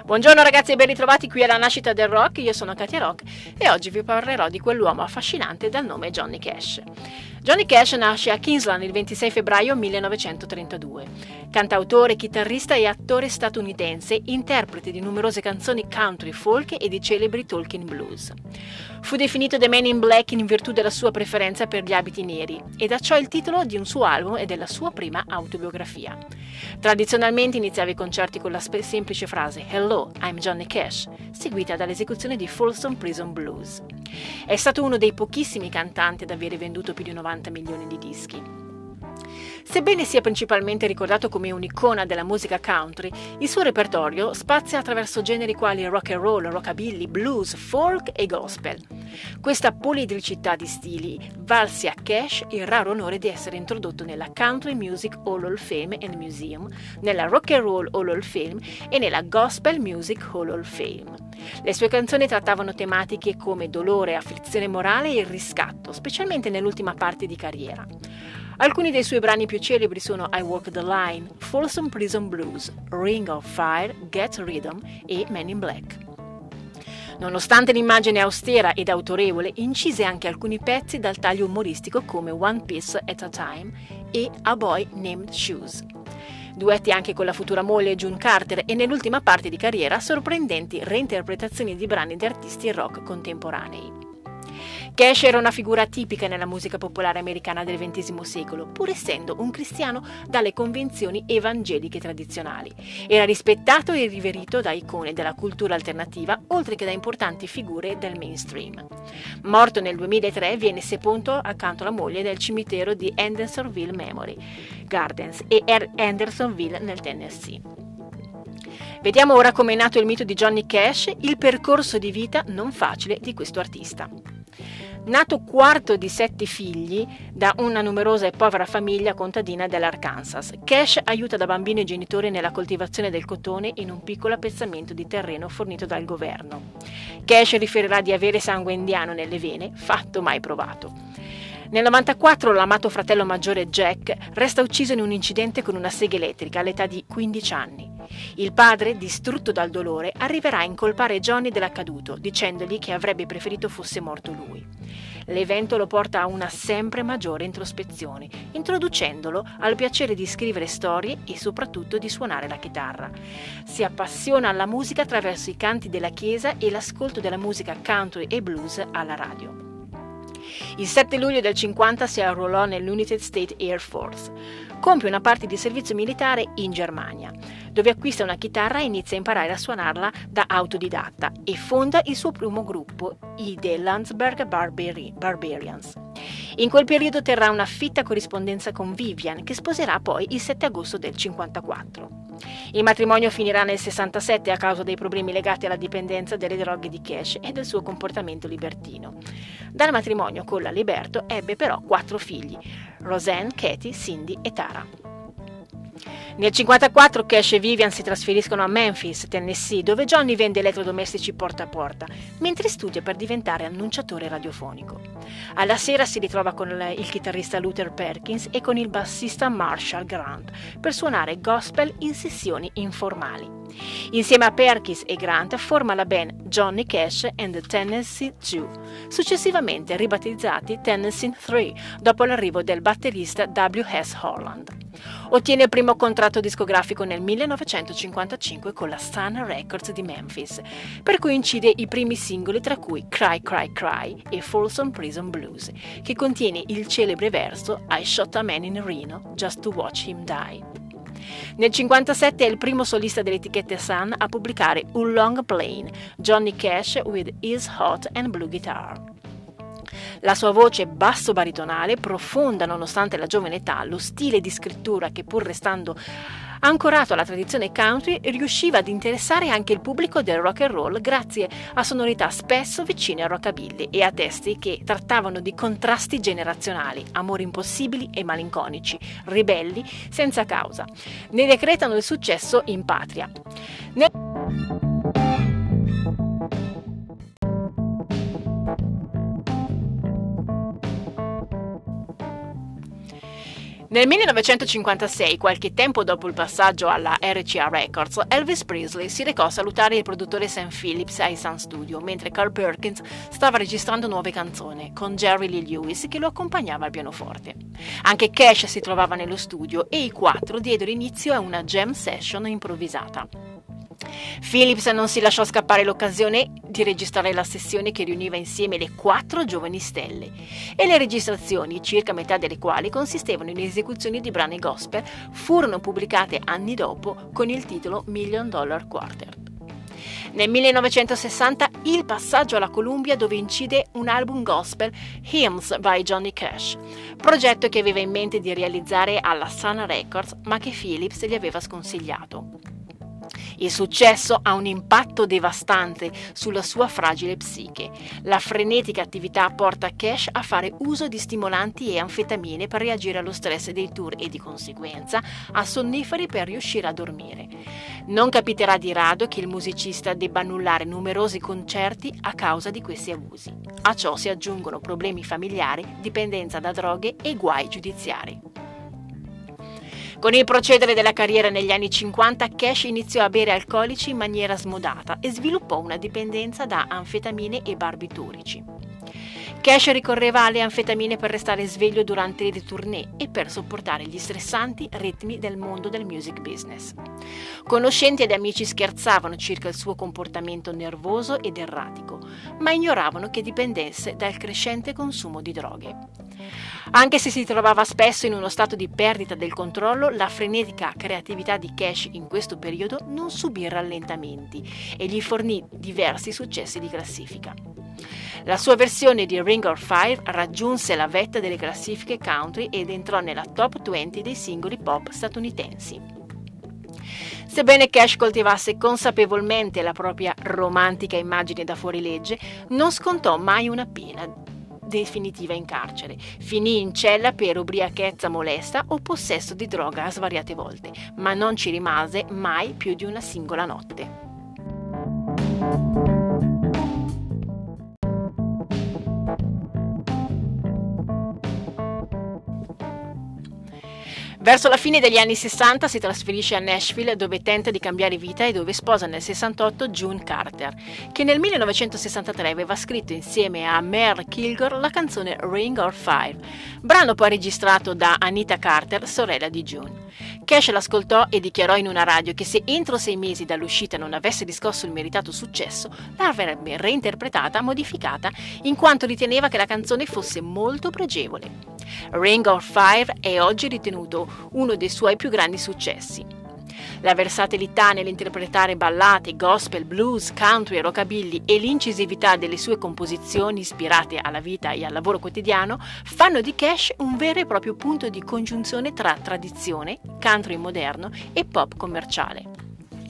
Buongiorno ragazzi e ben ritrovati qui alla Nascita del Rock, io sono Katia Rock e oggi vi parlerò di quell'uomo affascinante dal nome Johnny Cash. Johnny Cash nasce a Kingsland il 26 febbraio 1932. Cantautore, chitarrista e attore statunitense, interprete di numerose canzoni country, folk e di celebri talking blues. Fu definito The Man in Black in virtù della sua preferenza per gli abiti neri e da ciò il titolo di un suo album e della sua prima autobiografia. Tradizionalmente iniziava i concerti con la semplice frase "Hello, I'm Johnny Cash", seguita dall'esecuzione di Folsom Prison Blues. È stato uno dei pochissimi cantanti ad avere venduto più di 90 milioni di dischi. Sebbene sia principalmente ricordato come un'icona della musica country, il suo repertorio spazia attraverso generi quali rock and roll, rockabilly, blues, folk e gospel. Questa polidricità di stili valse a Cash il raro onore di essere introdotto nella Country Music Hall of Fame and Museum, nella Rock and Roll Hall of Fame e nella Gospel Music Hall of Fame. Le sue canzoni trattavano tematiche come dolore, afflizione morale e il riscatto, specialmente nell'ultima parte di carriera. Alcuni dei suoi brani più celebri sono I Walk the Line, Folsom Prison Blues, Ring of Fire, Get Rhythm e Men in Black. Nonostante l'immagine austera ed autorevole, incise anche alcuni pezzi dal taglio umoristico come One Piece at a Time e A Boy Named Shoes. Duetti anche con la futura moglie June Carter e nell'ultima parte di carriera sorprendenti reinterpretazioni di brani di artisti rock contemporanei. Cash era una figura tipica nella musica popolare americana del XX secolo, pur essendo un cristiano dalle convinzioni evangeliche tradizionali. Era rispettato e riverito da icone della cultura alternativa, oltre che da importanti figure del mainstream. Morto nel 2003, viene sepolto accanto alla moglie nel cimitero di Hendersonville Memory Gardens e Hendersonville nel Tennessee. Vediamo ora come è nato il mito di Johnny Cash, il percorso di vita non facile di questo artista. Nato quarto di 7 figli da una numerosa e povera famiglia contadina dell'Arkansas, Cash aiuta da bambino i genitori nella coltivazione del cotone in un piccolo appezzamento di terreno fornito dal governo. Cash riferirà di avere sangue indiano nelle vene, fatto mai provato. Nel 1994 l'amato fratello maggiore Jack resta ucciso in un incidente con una sega elettrica all'età di 15 anni. Il padre, distrutto dal dolore, arriverà a incolpare Johnny dell'accaduto, dicendogli che avrebbe preferito fosse morto lui. L'evento lo porta a una sempre maggiore introspezione, introducendolo al piacere di scrivere storie e soprattutto di suonare la chitarra. Si appassiona alla musica attraverso i canti della chiesa e l'ascolto della musica country e blues alla radio. Il 7 luglio del 50 si arruolò nell'United States Air Force. Compie una parte di servizio militare in Germania, dove acquista una chitarra e inizia a imparare a suonarla da autodidatta e fonda il suo primo gruppo, i The Landsberg Barbarians. In quel periodo terrà una fitta corrispondenza con Vivian, che sposerà poi il 7 agosto del 54. Il matrimonio finirà nel 67 a causa dei problemi legati alla dipendenza dalle droghe di Cash e del suo comportamento libertino. Dal matrimonio con la Liberto ebbe però 4 figli: Roseanne, Katie, Cindy e Tara. Nel 1954 Cash e Vivian si trasferiscono a Memphis, Tennessee, dove Johnny vende elettrodomestici porta a porta, mentre studia per diventare annunciatore radiofonico. Alla sera si ritrova con il chitarrista Luther Perkins e con il bassista Marshall Grant per suonare gospel in sessioni informali. Insieme a Perkins e Grant forma la band Johnny Cash and the Tennessee 2, successivamente ribattezzati Tennessee 3 dopo l'arrivo del batterista W.S. Holland. Ottiene il primo contratto discografico nel 1955 con la Sun Records di Memphis, per cui incide i primi singoli tra cui Cry Cry Cry e Folsom Prison Blues, che contiene il celebre verso I shot a man in Reno just to watch him die. Nel 1957 è il primo solista dell'etichetta Sun a pubblicare un long plane, Johnny Cash with his hot and blue guitar. La sua voce basso-baritonale, profonda nonostante la giovane età, lo stile di scrittura che pur restando ancorato alla tradizione country riusciva ad interessare anche il pubblico del rock and roll grazie a sonorità spesso vicine al rockabilly e a testi che trattavano di contrasti generazionali, amori impossibili e malinconici, ribelli senza causa. Ne decretano il successo in patria. Nel 1956, qualche tempo dopo il passaggio alla RCA Records, Elvis Presley si recò a salutare il produttore Sam Phillips ai Sun Studio, mentre Carl Perkins stava registrando nuove canzoni, con Jerry Lee Lewis che lo accompagnava al pianoforte. Anche Cash si trovava nello studio e i quattro diedero inizio a una jam session improvvisata. Phillips non si lasciò scappare l'occasione di registrare la sessione che riuniva insieme le quattro giovani stelle, e le registrazioni, circa metà delle quali consistevano in esecuzioni di brani gospel, furono pubblicate anni dopo con il titolo Million Dollar Quartet. Nel 1960 il passaggio alla Columbia, dove incide un album gospel, Hymns by Johnny Cash, progetto che aveva in mente di realizzare alla Sun Records ma che Phillips gli aveva sconsigliato. Il successo ha un impatto devastante sulla sua fragile psiche. La frenetica attività porta Cash a fare uso di stimolanti e anfetamine per reagire allo stress dei tour e di conseguenza a sonniferi per riuscire a dormire. Non capiterà di rado che il musicista debba annullare numerosi concerti a causa di questi abusi. A ciò si aggiungono problemi familiari, dipendenza da droghe e guai giudiziari. Con il procedere della carriera negli anni 50, Cash iniziò a bere alcolici in maniera smodata e sviluppò una dipendenza da anfetamine e barbiturici. Cash ricorreva alle anfetamine per restare sveglio durante le tournée e per sopportare gli stressanti ritmi del mondo del music business. Conoscenti ed amici scherzavano circa il suo comportamento nervoso ed erratico, ma ignoravano che dipendesse dal crescente consumo di droghe. Anche se si trovava spesso in uno stato di perdita del controllo, la frenetica creatività di Cash in questo periodo non subì rallentamenti e gli fornì diversi successi di classifica. La sua versione di Ring of Fire raggiunse la vetta delle classifiche country ed entrò nella top 20 dei singoli pop statunitensi. Sebbene Cash coltivasse consapevolmente la propria romantica immagine da fuorilegge, non scontò mai una pena definitiva in carcere. Finì in cella per ubriachezza molesta o possesso di droga a svariate volte, ma non ci rimase mai più di una singola notte. Verso la fine degli anni 60 si trasferisce a Nashville, dove tenta di cambiare vita e dove sposa nel 68 June Carter, che nel 1963 aveva scritto insieme a Merle Kilgore la canzone Ring of Fire, brano poi registrato da Anita Carter, sorella di June. Cash l'ascoltò e dichiarò in una radio che se entro 6 mesi dall'uscita non avesse riscosso il meritato successo, l'avrebbe reinterpretata, modificata, in quanto riteneva che la canzone fosse molto pregevole. Ring of Fire è oggi ritenuto uno dei suoi più grandi successi. La versatilità nell'interpretare ballate, gospel, blues, country e rockabilly e l'incisività delle sue composizioni ispirate alla vita e al lavoro quotidiano fanno di Cash un vero e proprio punto di congiunzione tra tradizione, country moderno e pop commerciale.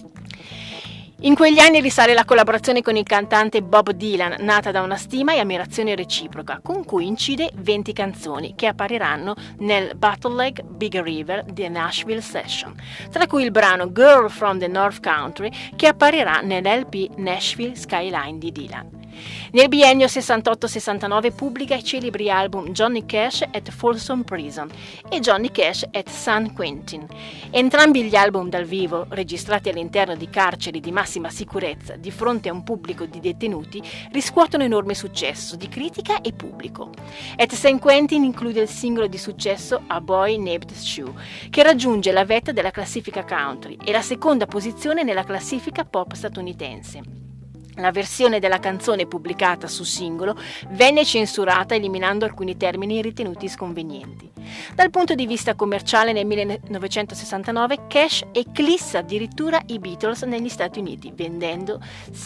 In quegli anni risale la collaborazione con il cantante Bob Dylan, nata da una stima e ammirazione reciproca, con cui incide 20 canzoni che appariranno nel Bootleg Big River The Nashville Session, tra cui il brano Girl from the North Country, che apparirà nell'LP Nashville Skyline di Dylan. Nel biennio 68-69 pubblica i celebri album Johnny Cash at Folsom Prison e Johnny Cash at San Quentin. Entrambi gli album dal vivo, registrati all'interno di carceri di massima sicurezza di fronte a un pubblico di detenuti, riscuotono enorme successo di critica e pubblico. At San Quentin include il singolo di successo A Boy Named Sue, che raggiunge la vetta della classifica country e la seconda posizione nella classifica pop statunitense. La versione della canzone pubblicata su singolo venne censurata eliminando alcuni termini ritenuti sconvenienti. Dal punto di vista commerciale, nel 1969 Cash eclissa addirittura i Beatles negli Stati Uniti, vendendo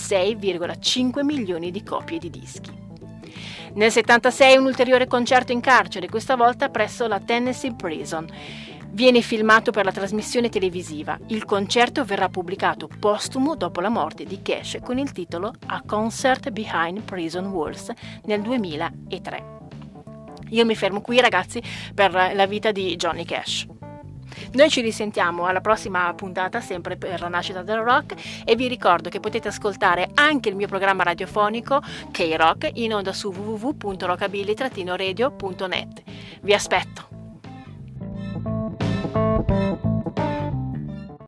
6,5 milioni di copie di dischi. Nel 1976 un ulteriore concerto in carcere, questa volta presso la Tennessee Prison. Viene filmato per la trasmissione televisiva. Il concerto verrà pubblicato postumo dopo la morte di Cash con il titolo A Concert Behind Prison Walls nel 2003. Io mi fermo qui, ragazzi, per la vita di Johnny Cash. Noi ci risentiamo alla prossima puntata, sempre per la nascita del rock, e vi ricordo che potete ascoltare anche il mio programma radiofonico K-Rock in onda su www.rockabilly-radio.net. Vi aspetto!